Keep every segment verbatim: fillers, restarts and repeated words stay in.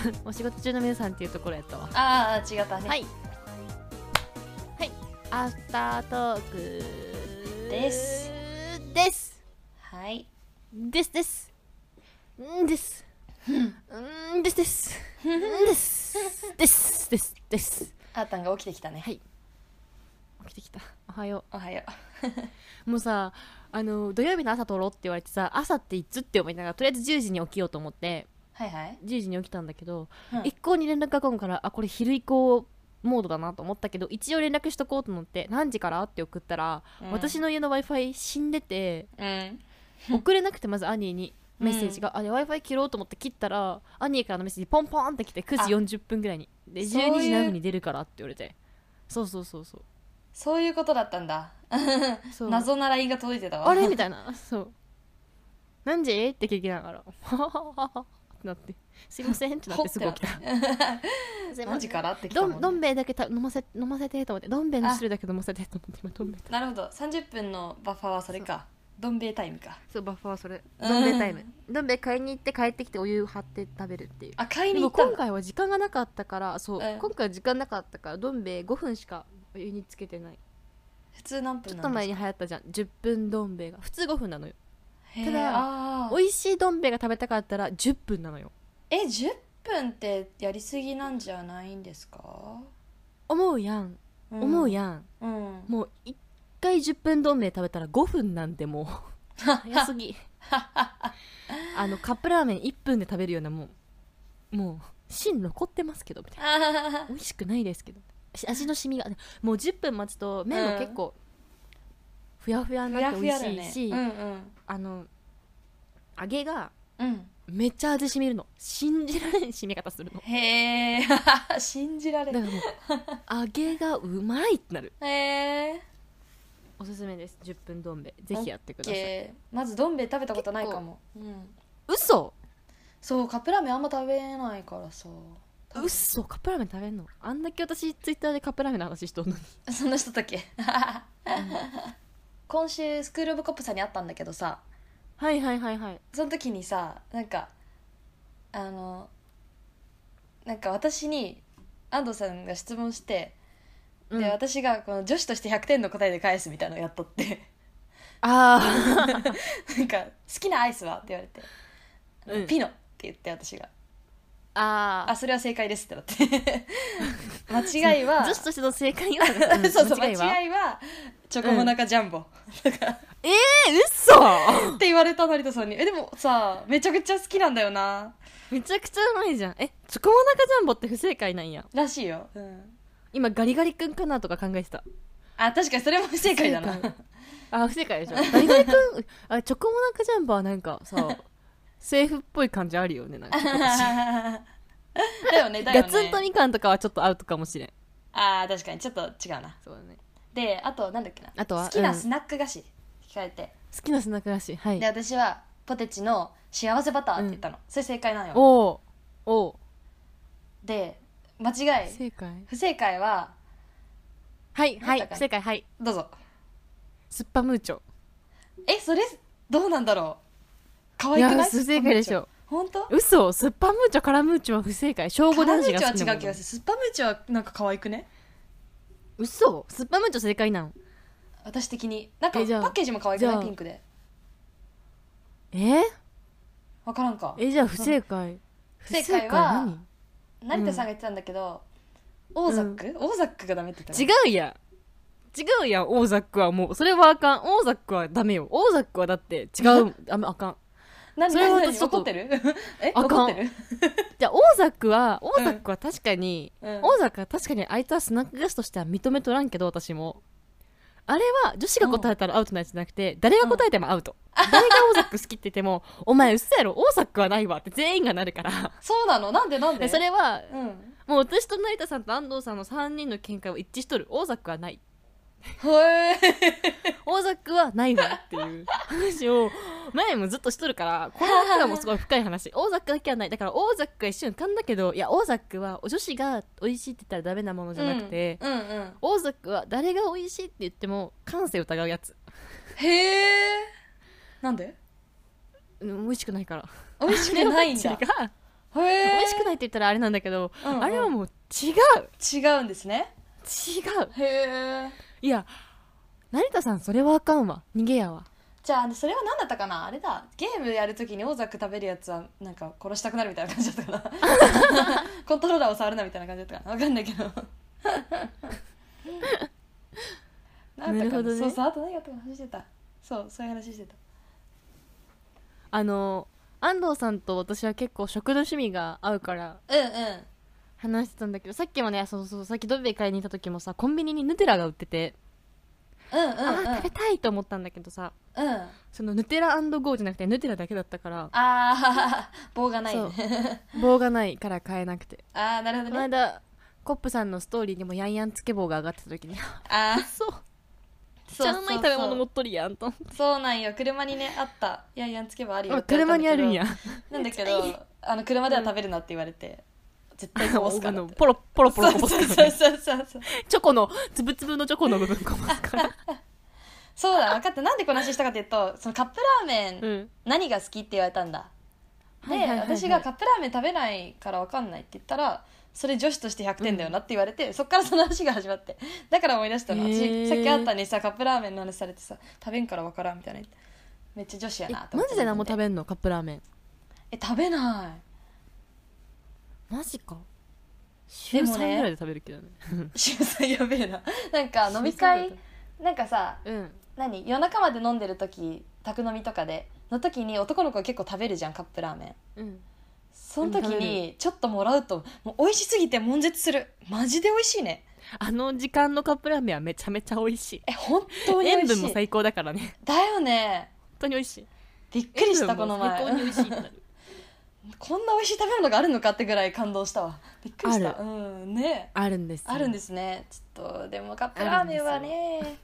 お仕事中の皆さんっていうところやったわ。 ああ違ったね。 はいはいアフタートークですですはいですですんですんですですんですですですですあーたんが起きてきたね。 はい起きてきた。おはよおはよう。もうさあの土曜日の朝撮ろうって言われてさ、朝っていつって思いながらとりあえずじゅうじに起きようと思ってはいはいじゅうじに起きたんだけど、 うん一向に連絡が来んから、あこれ昼以降モードだなと思ったけど一応連絡しとこうと思って何時からって送ったら、 うん私の家の Wi-Fi 死んでてうん送れなくて、まず兄にメッセージが、あれ Wi-Fi 切ろうと思って切ったら兄からのメッセージポンポンって来てくじよんじゅっぷんぐらいにでそういうじゅうにじ何分に出るからって言われて、そうそうそうそうそういうことだったんだそう謎な ライン が届いてたわ。 あれみたいなそう何時って聞きながらははははってなってすいませんってなってすぐ起きた。すいません何時からって来たもん、ね、 どんどん兵衛だけた飲ませ飲ませてと思って、どん兵衛の汁だけ飲ませてと思って今どん兵衛なるほどさんじゅっぷんのバッファーはそれかどん兵衛タイムか。 そうバッファーはそれどん兵衛タイム、どん兵衛買いに行って帰ってきてお湯張って食べるっていう。 あ買いでもに行ったんだ。 今回は時間がなかったからそう、 うん今回は時間なかったからどん兵衛ごふんしかお湯につけてない。 普通何分なんですか。 ちょっと前に流行ったじゃんじゅっぷんどん兵衛が普通ごふんなのよ。 へーただあー美味しいどん兵衛が食べたかったらじゅっぷんなのよ。 えじゅっぷんってやりすぎなんじゃないんですか。 思うやん、 うん、 思うやん。 うんもういっかいじゅっぷんどん兵衛食べたらごふんなんてもう早すぎあのカップラーメンいっぷんで食べるようなもうもう芯残ってますけどみたいな、美味しくないですけどし味の染みがもうじゅっぷん待つと麺も結構ふやふやにふやなって美ふやだね味しいし、 うんうんあの揚げがうんめっちゃ味染みるの、信じられん染み方するのへえ信じられる。 だからもう揚げがうまいってなる。 へえおすすめですじゅっぷんどん兵衛ぜひやってください。 まずどん兵衛食べたことないかも、うん、 嘘そうカップラーメンあんま食べないからさ。 嘘カップラーメン食べんの。あんだけ私ツイッターでカップラーメンの話しとんのにそんな人だっけ、うん、今週スクールオブコップさんに会ったんだけどさ、 はいはいはいはいその時にさなんかあのなんか私に安藤さんが質問して、 うんで私がこの女子としてひゃくてんの答えで返すみたいなのをやっとってあなんか好きなアイスはって言われて、 うんピノって言って私があああそれは正解ですってなって間違いは女子としての正解はそうそう間間違いは違いはチョコモナカジャンボ、だからえー、嘘って言われた成田さんに。えでもさめちゃくちゃ好きなんだよなめちゃくちゃうまいじゃん。えチョコモナカジャンボって不正解なんや。 らしいよ、うん、 今ガリガリ君かなとか考えてた。 あ確かにそれも不正解だな不正あ不正解でしょ。ガリガリ君あチョコモナカジャンボはなんかさ政府っぽい感じあるよねなんかだよねだよねガツンとみかんとかはちょっとアウトかもしれん。 あー確かにちょっと違うな。 そうだね。 であとなんだっけなあとは好きなスナック菓子聞かれて、 好きなスナックらしい。はいで。私はポテチの幸せバターって言ったの、それ正解なんよ。 おおおうで間違い正解不正解ははいはいなんだか不正解はいどうぞ。 スッパムーチョ。 えそれどうなんだろう可愛いやくない不正解でしょ。 本当嘘スッパムーチョカラムーチョは不正解。小カ五男子ラムーチョはが好きなもの違う気がする。スッパムーチョはなんか可愛くね嘘スッパムーチョ正解なの。 私的になんかパえじゃあッケージも可愛くなじゃあいピンクでえ分からんか。 えじゃあ不正解不正解は何成田さんが言ってたんだけど、オーザック、オーザックがダメって言って違たうやん違うやんオーザックはもうそれはあかん。オーザックはダメよ。オーザックはだって違うああかん。 何それは何ちょっと怒ってるえあかん怒ってるじゃあオーザックはオーザックは確かに、 うんオーザックは確かにあいつはスナック菓子としては認めとらんけど私もあれは女子が答えたらアウトなやつじゃなくて、誰が答えてもアウト、誰がオーザック好きって言ってもお前嘘やろオーザックはないわって全員がなるからそうなのなんでなんでそれはうんもう私と成田さんと安藤さんのさんにんの見解は一致しとる。オーザックはないへえオーザックはないわっていう話を前もずっとしとるからこれだけはもうすごい深い話。オーザックだけはない。だからオーザックが一瞬噛んだけどいやオーザックは女子が美味しいって言ったらダメなものじゃなくて、 うんうんうんオーザックは誰が美味しいって言っても感性疑うやつ。 へえなんでうん美味しくないから美味しくないんだあれは違うへえ美味しくないって言ったらあれなんだけど、 うんうん、 あれはもう違う違うんですね。 違う。 へえ。 いや成田さんそれはあかんわ、逃げやわ。 じゃあそれは何だったかな、あれだ、ゲームやるときにオーザック食べるやつはなんか殺したくなるみたいな感じだったかなコントローラーを触るなみたいな感じだったかな、分かんないけどなんだかなるほどね。 そうそう、あと何があったか話してた、そうそういう話してた。 あの安藤さんと私は結構食の趣味が合うからうんうん、 話してたんだけど、さっきもね、そうそう、さっきドベ買いに行った時もさ、コンビニにヌテラが売ってて、 うんうんうん、 あー食べたいと思ったんだけどさ、 うん、 そのヌテラゴーじゃなくてヌテラだけだったから、 ああ棒がないそうね棒がないから買えなくて、 ああなるほこどね。 の間コップさんのストーリーにもヤンヤンつけ棒が上がってた時にああそうそうめっちゃうまい食べ物持っとるやんと思って、 そうなんよ、車にねあった、いやいやんつけばあるよあって言わ車にあれたんだけどるんやなんだけどあの車では食べるなって言われて、絶対こぼすからってあのポロポロポロこぼすからね、 そうそうそうそうチョコのつぶつぶのチョコの部分こぼすからそうだ分かった、なんでこの話したかっていうと、そのカップラーメン、 うん、 何が好きって言われたんだ。で、 はいはいはいはい私がカップラーメン食べないから分かんないって言ったら、それ女子としてひゃくてんだよなって言われて、うん、そっからその話が始まって、だから思い出したの、私さっきあったにさカップラーメンの話されてさ、食べんから分からんみたいな、めっちゃ女子やなと思って。 マジで何も食べんのカップラーメン？ え食べない。 マジか。週さんぐらいで食べるけどね。 週さんやべえな。なんか飲み会なんかさ、 うん、 何夜中まで飲んでる時、宅飲みとかでの時に男の子が結構食べるじゃんカップラーメン。 うん、 その時にちょっともらうともう美味しすぎて悶絶する。マジで美味しいね。 あの時間のカップラーメンはめちゃめちゃ美味しい。 え本当に美味しい。 塩分も最高だからね。 だよね。 本当に美味しい。 びっくりしたこの前。 最高に美味しいってなるこんな美味しい食べ物があるのかってぐらい感動したわ。びっくりした。うんね。 あるんですよ。 あるんですね。ちょっとでもカップラーメンはね、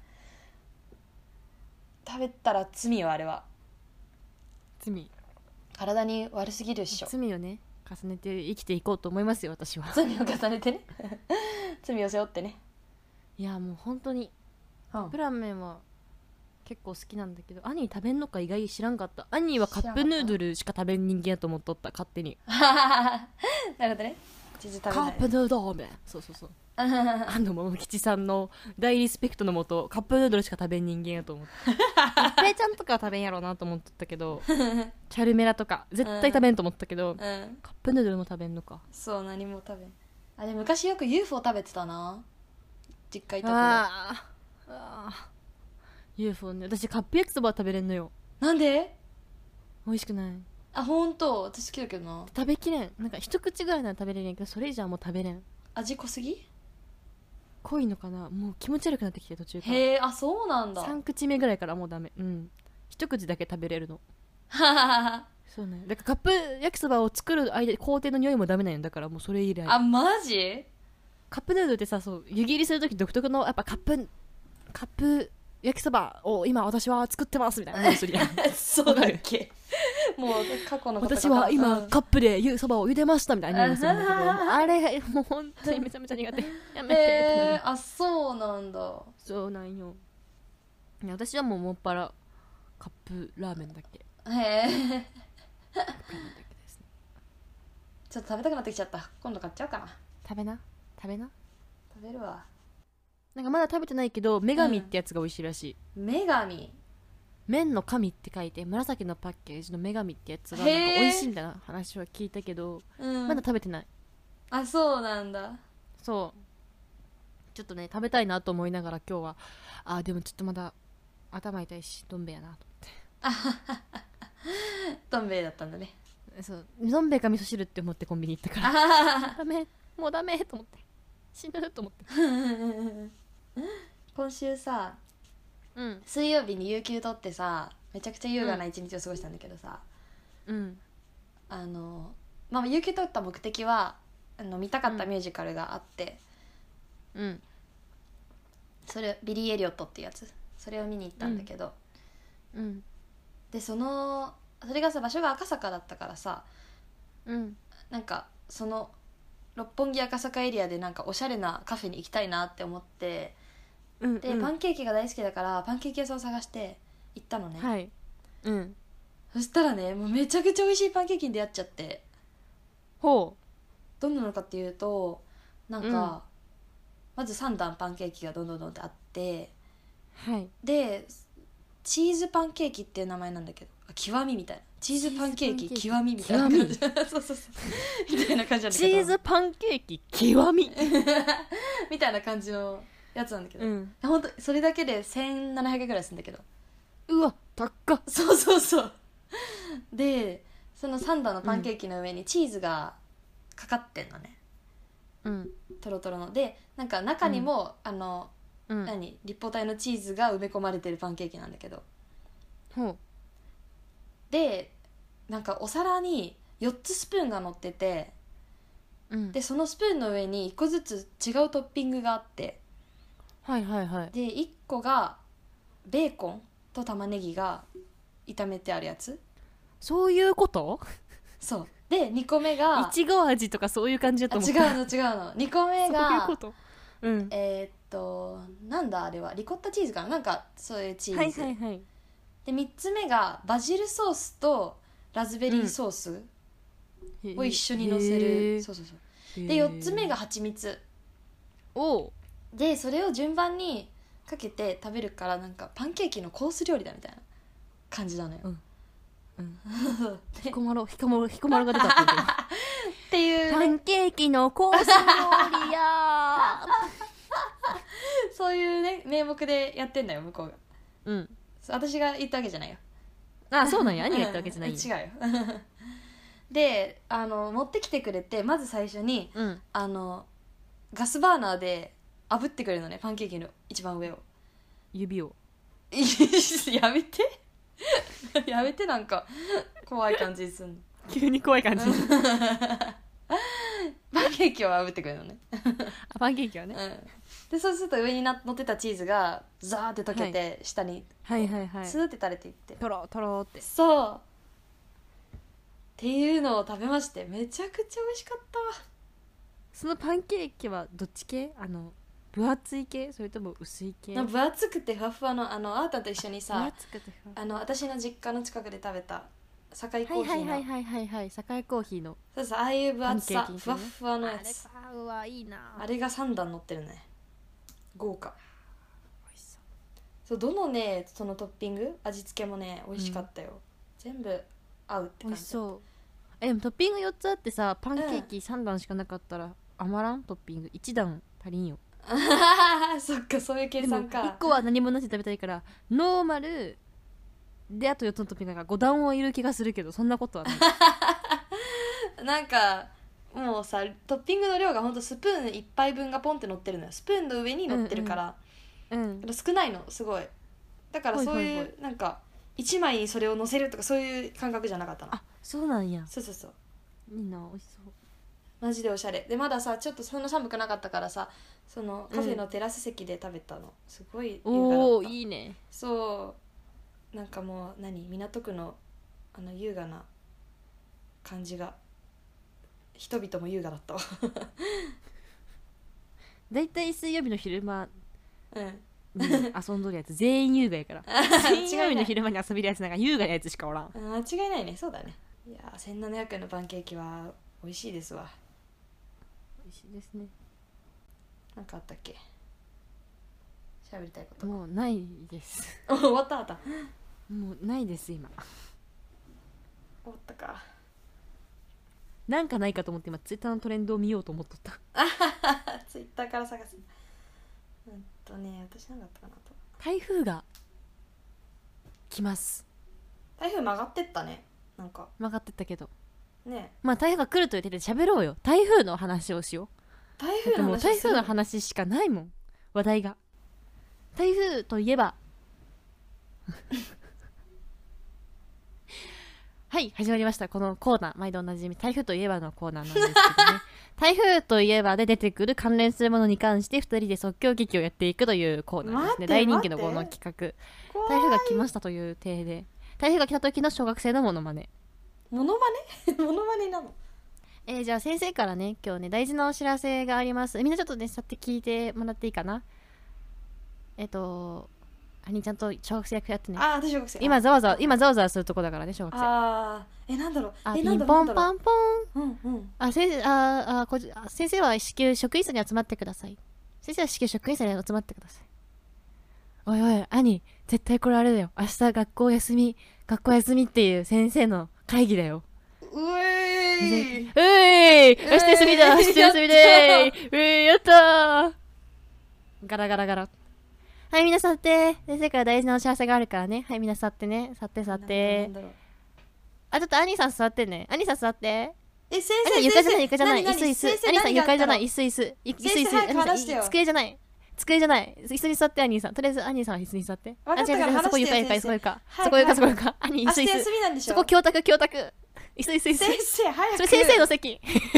食べたら罪よあれは。 罪。 体に悪すぎるっしょ。 罪をね重ねて生きていこうと思いますよ私は。 罪を重ねてね罪を背負ってね。 いやもう本当にカップラーメンは結構好きなんだけど、兄食べんのか意外知らんかった。兄はカップヌードルしか食べん人間やと思っとった、勝手に。 なるほどね。カップヌードルみたいな。そうそうそうあの桃吉さんの大リスペクトのもとカップヌードルしか食べん人間やと思って一平ちゃんとかは食べんやろうなと思っとったけどチャルメラとか絶対食べんと思ったけど、うん、カップヌードルも食べんのか。 そう何も食べん。あれ昔よく ユーフォー 食べてたな、実家いた頃。 ああ ユーフォー ね。私カップ焼きそばは食べれんのよ。 なんで？ 美味しくない。 あ本当、私好きだけどな。 食べきれん。なんか一口ぐらいなら食べれるんやけど、それ以上はもう食べれん。 味濃すぎ？ 濃いのかな、もう気持ち悪くなってきて途中から。 へえ、あそうなんだ。 さん口目ぐらいからもうダメ。うん、一口だけ食べれるのそうね。だからカップ焼きそばを作る間工程の匂いもダメなんや。だからもうそれ以来。 あマジ？ カップヌードルってさ、そう湯切りするとき独特のやっぱカップカップ焼きそばを今私は作ってますみたいな匂いするやんそうだっけもう過去のこと私は今、 うん、 カップでゆそばを茹でましたみたいな匂いするんだけどあれもう本当にめちゃめちゃ苦手やめてへー、あそうなんだ。 そうなんよ。いや私はもうもっぱらカップラーメンだけ。 へえちょっと食べたくなってきちゃった。今度買っちゃおうかな。 食べな食べな食べるわ。 なんかまだ食べてないけど女神ってやつが美味しいらしい、 うん、女神、 麺の神って書いて紫のパッケージの女神ってやつがなんか美味しいみたいな話は聞いたけど、うん、まだ食べてない。 あそうなんだ。 そうちょっとね食べたいなと思いながら今日はあでもちょっとまだ頭痛いしどん兵衛やなと思ってどん兵衛だったんだね。 そうどん兵衛か味噌汁って思ってコンビニ行ったからダメもうダメと思って死ぬと思って今週さ、 うん、 水曜日に有給取ってさめちゃくちゃ優雅な一日を過ごしたんだけどさ、 うん、 あのまあ有給取った目的はあの見たかったミュージカルがあって、うん、それビリー・エリオットっていうやつ、それを見に行ったんだけど、うんうん、でそのそれがさ場所が赤坂だったからさ、うん、なんかその六本木赤坂エリアでなんかおしゃれなカフェに行きたいなって思って、うんうん、でパンケーキが大好きだからパンケーキ屋さんを探して行ったのね、はい、うん、そしたらねもうめちゃくちゃ美味しいパンケーキに出会っちゃって、 ほどんなのかっていうとなんか、 うんまずさん段パンケーキがどんどんどんってあって、 う。はい。 でチーズパンケーキっていう名前なんだけど、あ極みみたいな、チーズパンケーキチーズ極みみたいな感じそうそうそうみたいな感じなんだけど、 チーズパンケーキ極みみたいな感じのやつなんだけど、 うん本当それだけでせんななひゃくえんぐらいするんだけど、 うわ高っ。 そうそうそうでそのさん段のパンケーキの上にチーズがかかってんのね、 うんトロトロので、なんか中にも、 うんあのうん何立方体のチーズが埋め込まれてるパンケーキなんだけど、 ほうでなんかお皿によっつスプーンが乗ってて、 うんでそのスプーンの上にいっこずつ違うトッピングがあって、 はいはいはい。 でいっこがベーコンと玉ねぎが炒めてあるやつ、 そういうこと？ そうでにこめがいちご味とかそういう感じだあ違と思った。 うの違うのにこめそういうがこと。うんえーっとなんだあれはリコッタチーズかな、なんかそういうチーズ、 はいはいはい。 でみっつめがバジルソースとラズベリーソースを一緒にのせる、 へーそうそうそうへーでよっつめが蜂蜜おうで、それを順番にかけて食べるから、なんかパンケーキのコース料理だみたいな感じなのよ、 うんうんで彦摩呂彦摩呂彦摩呂が出たって言ってるっていうパねンケーキのコース料理やそういうね名目でやってんだよ向こうが。 ーうんそう私が言ったわけじゃないよ。 あそうなんや兄が言ったわけじゃないんや違うよであの持ってきてくれて、まず最初にうんあのガスバーナーで炙ってくれるのね、パンケーキの一番上を指をやめてやめて、なんか怖い感じすんの急に怖い感じパンケーキを炙ってくれるのねあパンケーキはねうんでそうすると上にな乗ってたチーズがザーって溶けて、下にはいはいはいスーって垂れていって、 とろとろってそうっていうのを食べまして、めちゃくちゃ美味しかったわ。 そのパンケーキはどっち系？あの分厚い系それとも薄い系？ なんか分厚くてふわふわの、あのあーたんと一緒に分さ、 厚くてふわあの私の実家の近くで食べた堺コはいーヒーの、 はいはいはいはいはい堺コーヒーのそうそう、ああいう分厚さ、 パンケーキふわっふわのやつ、 あれかうわいいなあれがさん段乗ってるね、豪華。 美味しそうそうどのねそのトッピング味付けもね美味しかったよ、うん、全部合うって美感じ。 味しそう。えでもトッピングよっつあってさパンケーキさん段しかなかったら、余らん？トッピングいち段足りんよ。 そっかそういう計でも算か。 いっこは何もなしで食べたいからノーマルであとよっつのトッピングがご段はいる気がするけどそんなことはないなんかもうさトッピングの量がほんとスプーンいっぱいぶんがポンって乗ってるのよ、スプーンの上に乗ってるから、 うんだから少ないのすごい、だからそういう、 はいはいはいなんかいちまいにそれを乗せるとかそういう感覚じゃなかったの。 あそうなんやそうそうそう、 いいな美味しそう。 マジでおしゃれで、まださちょっとそんな寒くなかったからさ、そのカフェのテラス席で食べたの、すごい優雅だった。 おおいいね。 そうなんかもう何港区のあの優雅な感じが、人々も優雅だったわだいたい水曜日の昼間うんに遊んどるやつ全員優雅やから水曜日の昼間に遊べるやつなんか優雅なやつしかおらん。 間違いないね、そうだね。いやーせんななひゃくえんのパンケーキは美味しいですわ。 美味しいですね。 なんかあったっけ、喋りたいこと。 もうないですお終わったあったもうないです今。 終わったか。 なんかないかと思って今ツイッターのトレンドを見ようと思っとった。 ツイッターから探す。うんとね私なんだったかなと。 台風が来ます。 台風曲がってったね、なんか曲がってったけどね。 まあ台風が来ると言ってて喋ろうよ。台風の話をしよ台う。だっ風の話てもう台風のする話しかないもん話題が。台風といえばはい始まりましたこのコーナー、毎度おなじみ台風といえばのコーナーなんですけどね台風といえばで出てくる関連するものに関してふたりで即興劇をやっていくというコーナーです待ってね。大人気のこの企画、 怖い台風が来ましたという体で台風が来た時の小学生のモノマネ。 モノマネモノマネなの。 えー、じゃあ先生からね今日ね大事なお知らせがあります。みんなちょっとねさって聞いてもらっていいかな。えっと兄ちゃんと小学生役やってね。 ああ、私小学生。 今ざわざわ今ざわざわするとこだからね、小学生。 ああ、え、なんだろう。 あ、 え、 ピンポンパンポン。 うんうん。 あ、先生、ああこあ先生は至急職員室に集まってください。先生は至急職員室に集まってください。おいおい、兄、絶対これあれだよ。明日学校休み、学校休みっていう先生の会議だよ。 うえーいうえい、明日休みだ、明日休みでーうえい、やったー。ガラガラガラ。はい、みんな座って。先生から大事なお知らせがあるからね。はい、みんな座ってね。座って座って。あ、ちょっと兄さん座ってね。兄さん座って。 え、先生、 床じゃない、床じゃない。椅子、椅子。兄さん床じゃない、椅子。 子、椅子。椅子、椅子。机じゃない。机じゃない。椅子に座って、兄さん。とりあえず、兄さんは椅子に座って。 あ、違う違う、 そこ床床、そこ床。そこ床、そこ床。兄、椅子、椅子。そこ教託、教託。椅子、椅子、椅子。 先生、早く。 それ先生の席。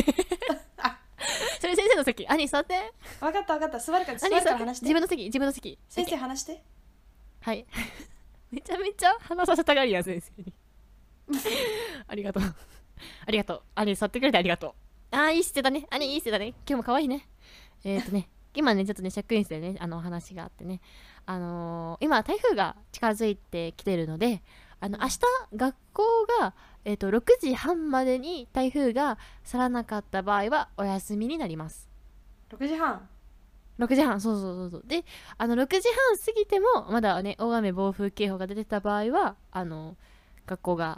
それ先生の席。兄座って。 分かった分かった。座るから座るから話して。 自分の席、自分の席。 先生話して。 はい。めちゃめちゃ話させたがりや、先生に。ありがとう。ありがとう。兄座ってくれてありがとう。あー、いい姿勢だね。兄いい姿勢だね。今日も可愛いね。えーっとね、今ね、ちょっとね、職員室でね、あの、お話があってね。あのー、今、台風が近づいてきてるので、あの、明日、学校が、えっと、ろくじはんまでに台風が去らなかった場合はお休みになります。 ろくじはん ? ろくじはん、そうそうそうそう。で、あの、ろくじはん過ぎても、まだね、大雨暴風警報が出てた場合は、あの、学校が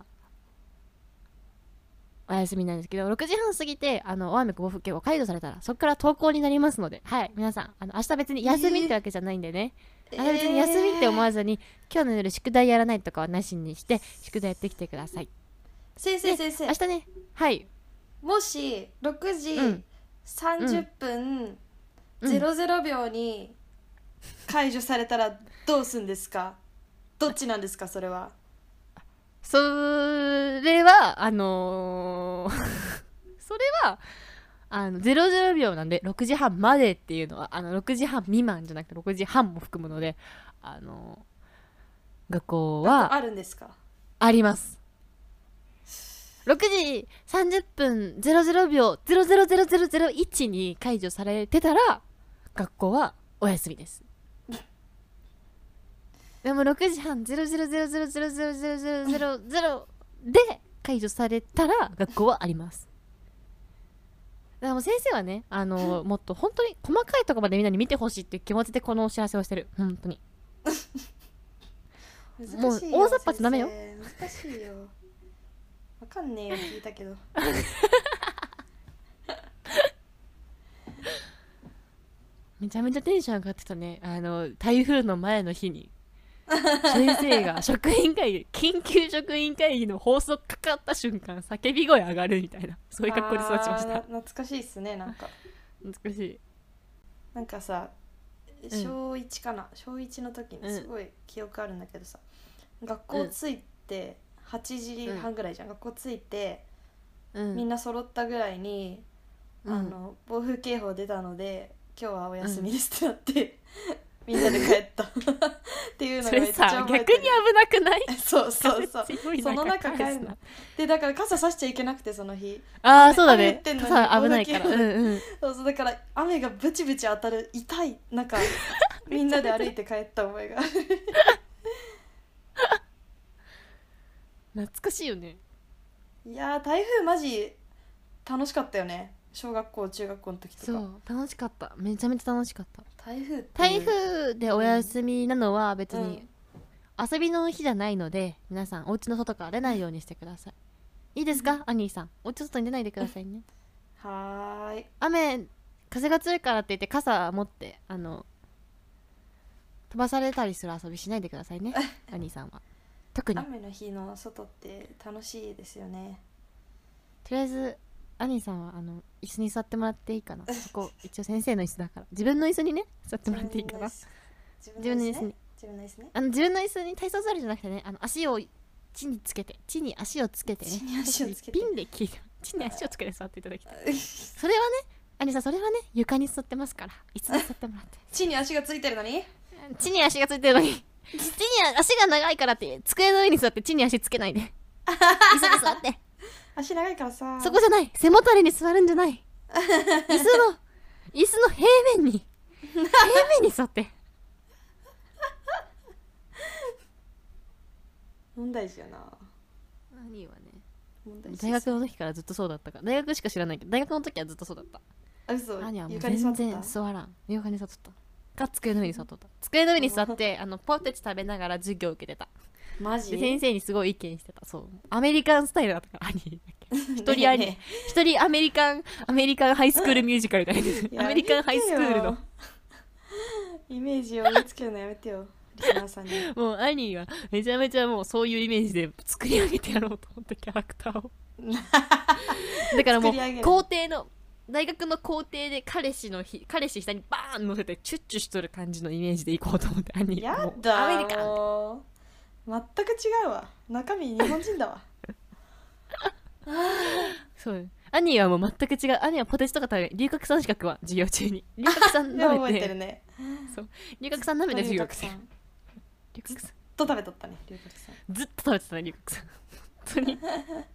お休みなんですけど、ろくじはん過ぎて、あの、大雨暴風警報解除されたら、そこから登校になりますので、はい、皆さん、あの、明日別に休みってわけじゃないんでね、えー、明日別に休みって思わずに、今日の夜宿題やらないとかはなしにして、宿題やってきてください。 先生先生、 明日ね、はい、 もしろくじさんじゅっぷんゼロゼロびょうに解除されたらどうすんですか？どっちなんですか、それは。 それはあのー、それはあのゼロゼロびょうなんでろくじはんまでっていうのはあのろくじはん未満じゃなくてろくじはんも含むので、あのー、学校はあるんですか？ あります。ろくじさんじゅっぷんゼロゼロびょうゼロゼロゼロゼロゼロいちに解除されてたら学校はお休みです。でもろくじはんゼロゼロゼロゼロゼロゼロゼロゼロゼロゼロで解除されたら学校はあります。だからもう先生はね、あのー、もっと本当に細かいところまでみんなに見てほしいっていう気持ちでこのお知らせをしてる。本当にもう大雑把じゃダメよ。 難しいよ。わかんねえよ、聞いたけどめちゃめちゃテンション上がってたね。あの台風の前の日に先生が職員会議緊急職員会議の放送かかった瞬間叫び声上がるみたいな、そういう格好で育ちました。 懐かしいっすね。なんか懐かしい。 なんかさ、小いちかな、うん、小いちの時にすごい記憶あるんだけどさ、うん、学校着いてはちじはんぐらいじゃん、うん、学校着いて、うん、みんな揃ったぐらいに、うん、あの暴風警報出たので今日はお休みですってなって、うん、みんなで帰ったっていうのがめっちゃ覚えてる。 逆に危なくない？ そうそうそうその中帰るので、だから傘さしちゃいけなくてその日。 ああそうだね、傘危ないから、うんうん、 そうそう、だから雨がブチブチ当たる痛い中みんなで歩いて帰った覚えが懐かしいよね。 いやー台風マジ楽しかったよね。小学校中学校の時とか。 そう楽しかった、めちゃめちゃ楽しかった。 台風って台風でお休みなのは別に遊びの日じゃないので、皆さんお家の外から出ないようにしてください。いいですか、アニーさん、お家の外に出ないでくださいね。 はーい。 雨風が強いからって言って傘持ってあの飛ばされたりする遊びしないでくださいねアニーさんは。特に雨の日の外って楽しいですよね。 とりあえずアニーさんはあの椅子に座ってもらっていいかな。そこ一応先生の椅子だから自分の椅子にね座ってもらっていいかな。 自分の椅子ね。自分の椅子ね。 あの自分の椅子に体操座りじゃなくてね、あの足を地につけて地に足をつけてね、 地に足をつけてピンで聞いて地に足をつけて座っていただきたいそれはねアニーさん、それはね床に座ってますから椅子に座ってもらって地に足がついてるのに地に足がついてるのに地に足が長いからって机の上に座って地に足つけないで椅子に座って足長いからさ、 そこじゃない、背もたれに座るんじゃない、椅子の椅子の平面に平面に座って問題児やな。 兄はね問題児大学の時からずっとそうだったから、大学しか知らないけど大学の時はずっとそうだった。 あ、嘘。 兄はもう床に座全ってた然座らん、床に座っとったか机の上に座っとった、机の上に座ってあのポテチ食べながら授業受けてた。 マジで先生にすごい意見してた。そうアメリカンスタイルだったから兄一人ありね一人アメリカンアメリカンハイスクールミュージカルみたいなアメリカンハイスクールのイメージを植え付けるのやめてよリスナーさんに。 もう兄はめちゃめちゃもうそういうイメージで作り上げてやろうと思ってキャラクターをだからもう作り上げる校庭の大学の校庭で彼氏の日彼氏下にバーン乗せてチュッチュしとる感じのイメージでいこうと思って兄やもうだアメリカンもう全く違うわ。中身日本人だわ。 そう兄はもう全く違う。兄はポテチとか食べる。龍角散資格は授業中に龍角散でも舐めて覚えてるね。 そう龍角散舐めて授業龍角散龍角散と食べとったね龍角散。 ずっと食べてたね龍角散本当に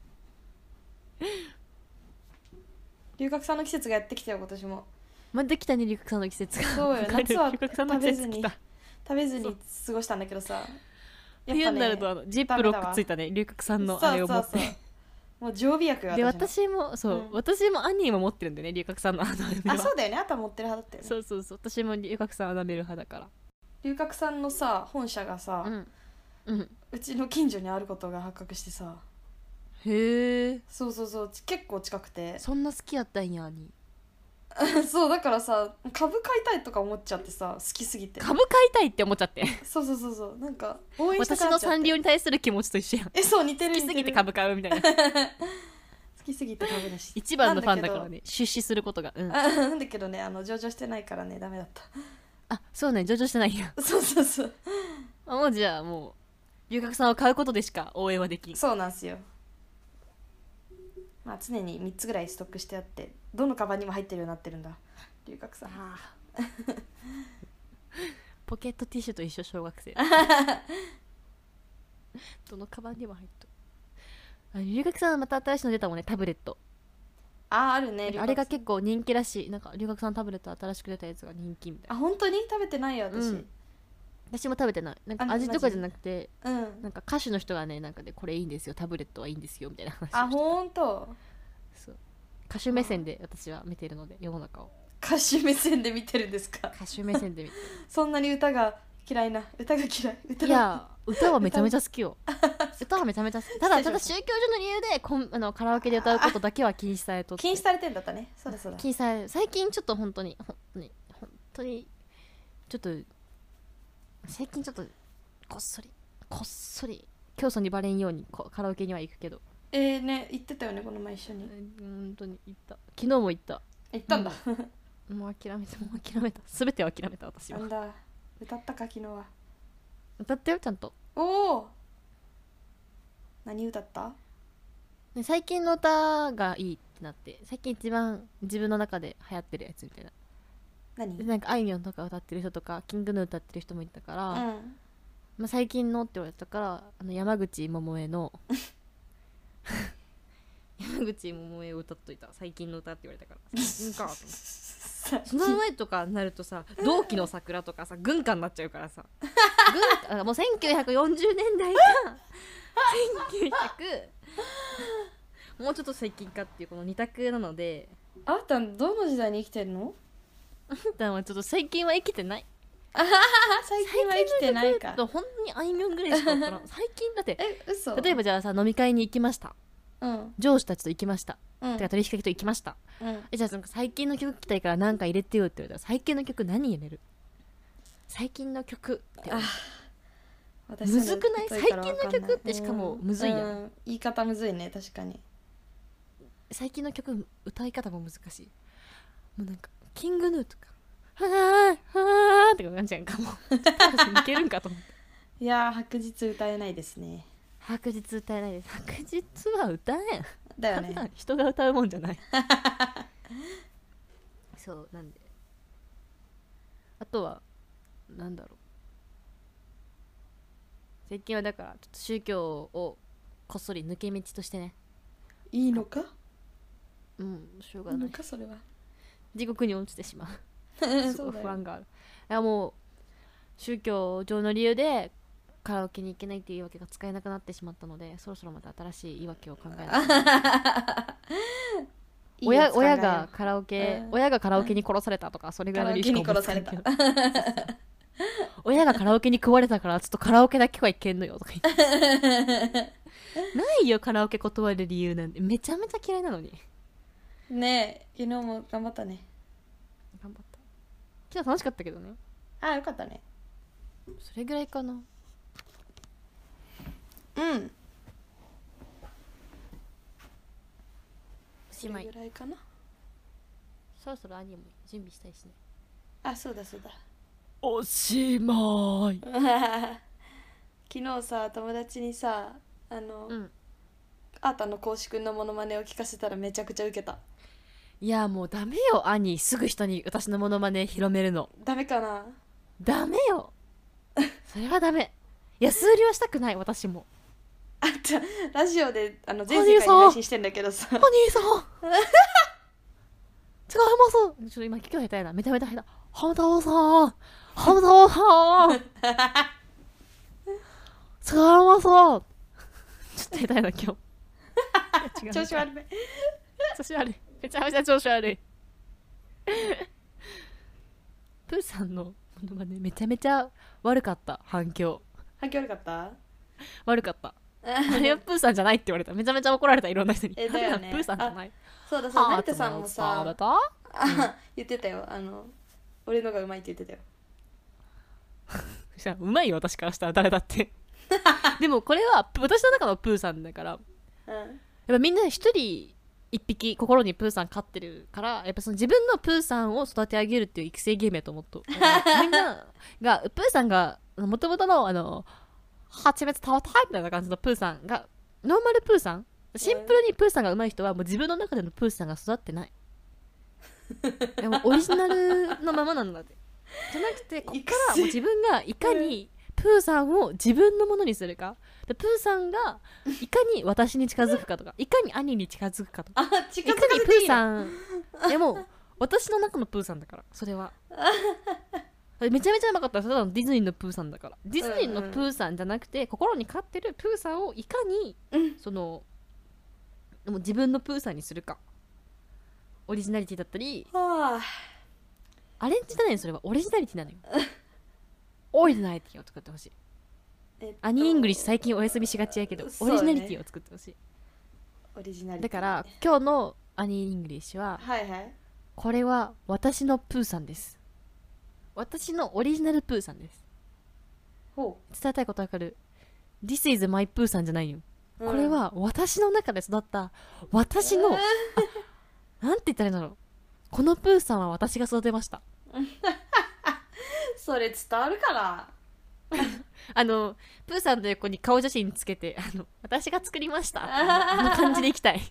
龍角散の季節がやってきたよ今年も。 また来たね龍角散の季節がそうよ夏は龍角散の季節来た。 食べずに過ごしたんだけどさ、やっぱね冬になるとあのジップロックついたね龍角散のあれを持って。 そうそうそうもう常備薬がで私の私もそう、 うん私も兄も持ってるんだよね龍角散のあのあそうだよね。あとは持ってる派だったよね。 そうそうそう私も龍角散舐める派だから。 龍角散のさ本社がさ、 うんうんうちの近所にあることが発覚してさ、 へえそうそうそう結構近くてそんな好きやったんや兄。 そうだからさ株買いたいとか思っちゃってさ好きすぎて株買いたいって思っちゃってそうそうそうそうなんか応援したく私のなっちゃってサンリオに対する気持ちと一緒やん。 えそう似てる好きすぎて似る株買うみたいな好きすぎて株主一番のファンだからね出資することが、うん、 あなんだけどねあの上場してないからねダメだったあそうね上場してないやそうそうそうあもうじゃあもう龍角散を買うことでしか応援はできん。 そうなんすよ。まあ常にみっつぐらいストックしてあってどのカバンにも入ってるようになってるんだ龍角散。 あポケットティッシュと一緒小学生どのカバンにも入っとる。あ龍角散また新しいの出たもんねタブレット。 あああるねあれが結構人気らしい。なんか龍角散タブレット新しく出たやつが人気みたいな。 あ本当に食べてないよ私。 うん私も食べてない。なんかあ味とかじゃなくてうんなんか歌手の人がねなんかでこれいいんですよタブレットはいいんですよみたいな話をしてあほんとそう歌手目線で私は見てるので世の中を歌手目線で見てるんですか歌手目線で見てそんなに歌が嫌いな歌が嫌い歌るいや歌はめちゃめちゃ好きよ歌はめちゃめちゃ好き。ただただ宗教上の理由でこんあのカラオケで歌うことだけは禁止されとって禁止されてんだったね。そうだそうだ禁止される。最近ちょっと本当に本当に本当にちょっと最近ちょっとこっそりこっそり教祖にバレんようにこカラオケには行くけどえーね言ってたよねこの前一緒に本当に行った。昨日も行った。 行ったんだ、 もう諦めたもう諦めた全てを諦めた私は。 なんだ歌ったか昨日は。 歌ったよちゃんと。 おお何歌った？ で最近の歌がいいってなって最近一番自分の中で流行ってるやつみたいな。 何？ でなんかあいみょんとか歌ってる人とかキングヌー歌ってる人もいたから、 うんまあ、最近のって言われたからあの山口百恵の山口百恵を歌っといた。最近の歌って言われたから最近かと思ってその前とかになるとさ同期の桜とかさ軍歌になっちゃうからさ軍歌もうせんきゅうひゃくよんじゅうねんだいかせんきゅうひゃくもうちょっと最近かっていうこのに択なのであんたどの時代に生きてるの？ あんたはちょっと最近は生きてない。 あ最近は生きてないか。 本当にあいみょんぐらいしか分からん最近だってえ嘘？ 例えばじゃあさ飲み会に行きました、 うん上司たちと行きました、 うんてか取引先と行きました、 うんえじゃあなんか最近の曲聴きたいから何か入れてよって言われたら最近の曲何入れる？最近の曲ってあむずくない？最近の曲ってしかもむずいやん、 うんうん言い方むずいね確かに。 最近の曲歌い方も難しい。もうなんかキングヌーとかはーはーって感じやんかもういけるんかと思っていやー白日歌えないですね。 白日歌えないです。白日は歌えんだよあんなねん人が歌うもんじゃないそうなんであとはなんだろう最近はだからちょっと宗教をこっそり抜け道としてね。 いいのかうんしょうがいいないのかそれは地獄に落ちてしまうすごいうそだよ不安がある。いやもう宗教上の理由でカラオケに行けないっていう言い訳が使えなくなってしまったので、そろそろまた新しい言い訳を考えない親, 親がカラオケ、うん、親がカラオケに殺されたとかそれぐらいの理由しか思いつかないけど親がカラオケに食われたからちょっとカラオケだけはいけんのよとか言ってないよカラオケ断る理由なんて。めちゃめちゃ嫌いなのにねえ。昨日も頑張ったね。 頑張った。昨日楽しかったけどね。 ああよかったね。 それぐらいかな。 うん。 おしまい。 それぐらいかな。 そろそろアニメ準備したいしね。 あ、そうだそうだ。 おしまい。 昨日さ友達にさあの、 うん、 あーたのこうしくんのモノマネを聞かせたらめちゃくちゃウケた。 いやもうダメよ兄、すぐ人に私のモノマネ広めるの。 ダメかな。 ダメよそれはダメ。安売りはしたくない私も。 あんたラジオであの全世界に配信してんだけどさ。 お兄さん違います。ちょっと今聞きが下手やな。めちゃめちゃ下手。ハム太郎さんハム太郎さん違いますちょっと下手やな今日調子悪い調子悪いめちゃめちゃ調子悪いプーさんのものまねめちゃめちゃ悪かった。反響反響悪かった。 悪かったあれはプーさんじゃないって言われた。めちゃめちゃ怒られたいろんな人に。 えだよねプーさんじゃない。 そうだそうだ。成田さんもさ、 うん、 言ってたよ。あの俺のがうまいって言ってたよ。 うまいよ私からしたら誰だってでもこれは私の中のプーさんだから、うん、やっぱみんな一人一匹心にプーさん飼ってるから、やっぱその自分のプーさんを育て上げるっていう育成ゲームやと思っとみんながプーさんがもともとのあの蜂蜜食べたいみたいな感じのプーさんがノーマルプーさん、シンプルにプーさんが上手い人はもう自分の中でのプーさんが育ってないでもオリジナルのままなんだってじゃなくてこっからもう自分がいかにプーさんを自分のものにするか、でプーさんがいかに私に近づくかとかいかに兄に近づくかとか、 あ近づいかにプーさんでも私の中のプーさんだからそれはめちゃめちゃうまかったらそれはディズニーのプーさんだから、ディズニーのプーさんじゃなくて心に飼ってるプーさんをいかに、うん、そのでも自分のプーさんにするか、オリジナリティだったり、はあ、アレンジだね。それはオリジナリティなのよオリジナリティを作ってほしい、えっと、アニーイングリッシュ最近お休みしがちやけど、ね、オリジナリティを作ってほしい。 オリジナリティ、ね、 だから今日のアニーイングリッシュは、 はいはい、 これは私のプーさんです。私のオリジナルプーさんです。ほう伝えたいことわかる？ This is my プーさんじゃないよ、うん、これは私の中で育った私の、えー、なんて言ったらいいんだろう、このプーさんは私が育てましたそれ伝わるかなあのプーさんの横に顔写真つけて、あの私が作りましたあの感じでいきたい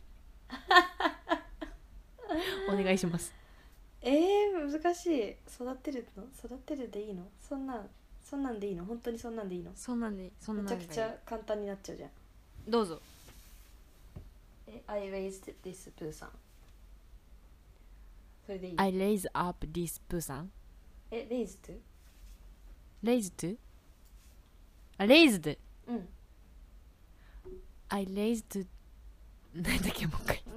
お願いします。 えー、難しい。育てるの育てるでいいの？そんなんそんなんでいいの？本当にそんなんでいいの？ そんなんでいい。そんなんめちゃくちゃ簡単になっちゃうじゃん。 どうぞ。 え I raised this プーさん、それでいい？ I raised up this プーさん。 え raised raised あ raised うん I raised 何だっけもう一回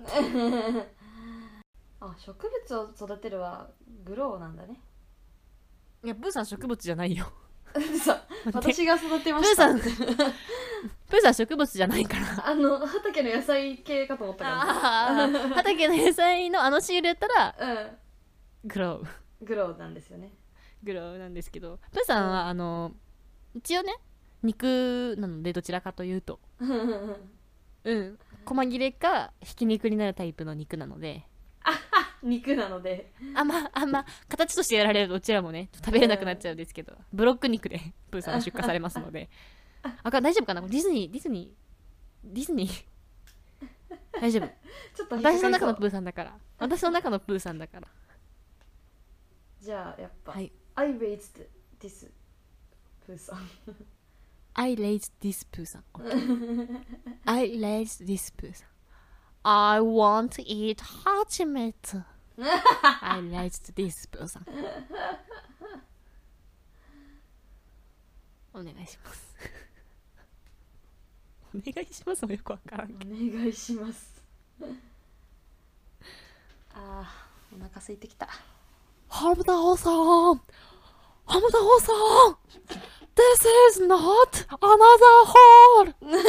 あ、植物を育てるはグローなんだね。 いやプーさん植物じゃないよ私が育てました。 プーさんプーさん植物じゃないからあの畑の野菜系かと思ったから畑の野菜のあのシールやったら、うん、グローグローなんですよね。 グローなんですけど、プーさんは、うん、あの一応ね肉なのでどちらかというとうん細切れかひき肉になるタイプの肉なので肉なのであんまあんま形としてやられるとどちらもね食べれなくなっちゃうんですけど、うん、ブロック肉でプーさんは出荷されますのであか大丈夫かな、ディズニーディズニーディズニー大丈夫ちょっと私の中のプーさんだから私の中のプーさんだからじゃあやっぱ、 はい、 I raised this プーさん I raised this プーさん、okay. I raised this プーさんI want to eat ハチメツI raised this プーさんお願いしますお願いしますもよくわからんけど。 お願いします。あー、お腹空いてきた。 ハムダホさん、ハムダホさん、This is not another hole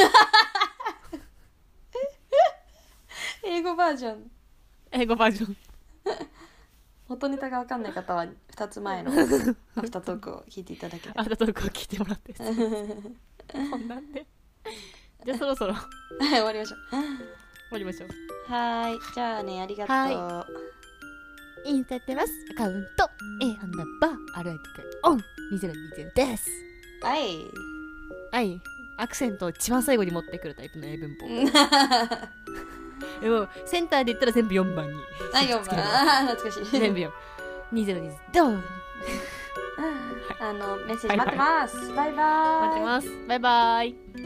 英語バージョン。 英語バージョン。 元ネタが分かんない方はふたつまえのアフタートークを聞いていただければ。 アフタートークを聞いてもらってこんなんでじゃあそろそろはい終わりましょう終わりましょう。 はい、じゃあね、ありがとう。 はインスタやってます。アカウント A アンダーバー アールアイティーケー オンにせんにじゅうです。 はいはい、アクセントを一番最後に持ってくるタイプの英文法でもセンターで言ったら全部よんばんにあ、よんばん、あ懐かしい全部よんにせんにじゅうドンあのメッセージ待ってます、バイバーイ。 待ってます。バイバイ。